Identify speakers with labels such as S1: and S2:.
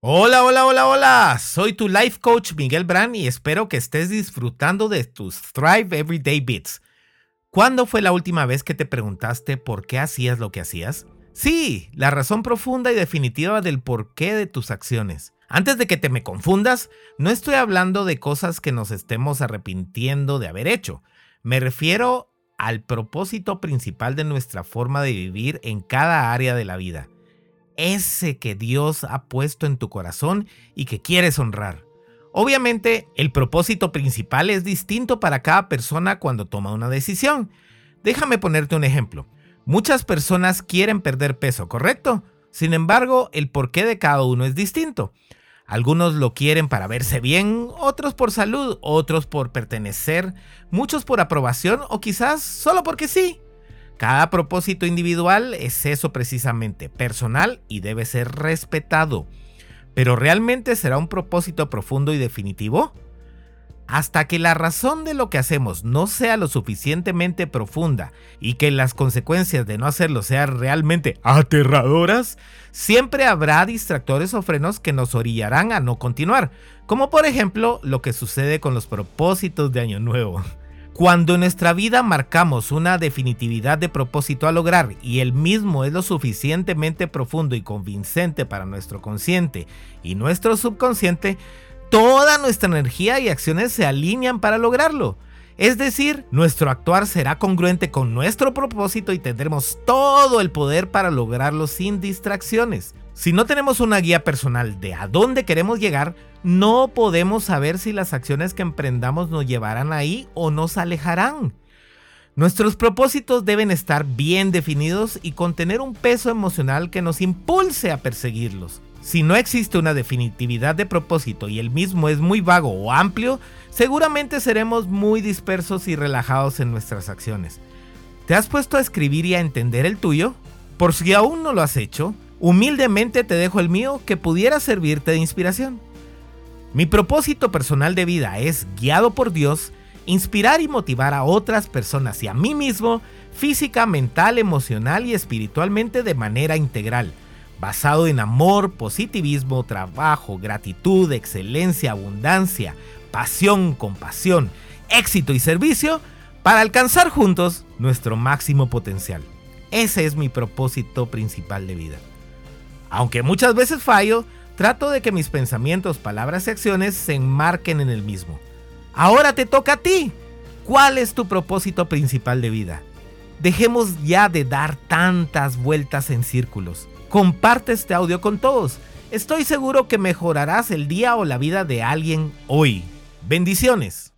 S1: Hola, hola, hola, hola. Soy tu life coach Miguel Brand y espero que estés disfrutando de tus Thrive Everyday Bits. ¿Cuándo fue la última vez que te preguntaste por qué hacías lo que hacías? Sí, la razón profunda y definitiva del porqué de tus acciones. Antes de que te me confundas, no estoy hablando de cosas que nos estemos arrepintiendo de haber hecho. Me refiero al propósito principal de nuestra forma de vivir en cada área de la vida. Ese que Dios ha puesto en tu corazón y que quieres honrar. Obviamente, el propósito principal es distinto para cada persona cuando toma una decisión. Déjame ponerte un ejemplo. Muchas personas quieren perder peso, ¿correcto? Sin embargo, el porqué de cada uno es distinto. Algunos lo quieren para verse bien, otros por salud, otros por pertenecer, muchos por aprobación o quizás solo porque sí. Cada propósito individual es eso precisamente, personal y debe ser respetado. ¿Pero realmente será un propósito profundo y definitivo? Hasta que la razón de lo que hacemos no sea lo suficientemente profunda y que las consecuencias de no hacerlo sean realmente aterradoras, siempre habrá distractores o frenos que nos orillarán a no continuar, como por ejemplo lo que sucede con los propósitos de Año Nuevo. Cuando en nuestra vida marcamos una definitividad de propósito a lograr y el mismo es lo suficientemente profundo y convincente para nuestro consciente y nuestro subconsciente, toda nuestra energía y acciones se alinean para lograrlo. Es decir, nuestro actuar será congruente con nuestro propósito y tendremos todo el poder para lograrlo sin distracciones. Si no tenemos una guía personal de a dónde queremos llegar, no podemos saber si las acciones que emprendamos nos llevarán ahí o nos alejarán. Nuestros propósitos deben estar bien definidos y contener un peso emocional que nos impulse a perseguirlos. Si no existe una definitividad de propósito y el mismo es muy vago o amplio, seguramente seremos muy dispersos y relajados en nuestras acciones. ¿Te has puesto a escribir y a entender el tuyo? Por si aún no lo has hecho, humildemente te dejo el mío que pudiera servirte de inspiración. Mi propósito personal de vida es, guiado por Dios, inspirar y motivar a otras personas y a mí mismo física, mental, emocional y espiritualmente de manera integral, basado en amor, positivismo, trabajo, gratitud, excelencia, abundancia, pasión, compasión, éxito y servicio para alcanzar juntos nuestro máximo potencial. Ese es mi propósito principal de vida. Aunque muchas veces fallo, trato de que mis pensamientos, palabras y acciones se enmarquen en el mismo. Ahora te toca a ti. ¿Cuál es tu propósito principal de vida? Dejemos ya de dar tantas vueltas en círculos. Comparte este audio con todos. Estoy seguro que mejorarás el día o la vida de alguien hoy. Bendiciones.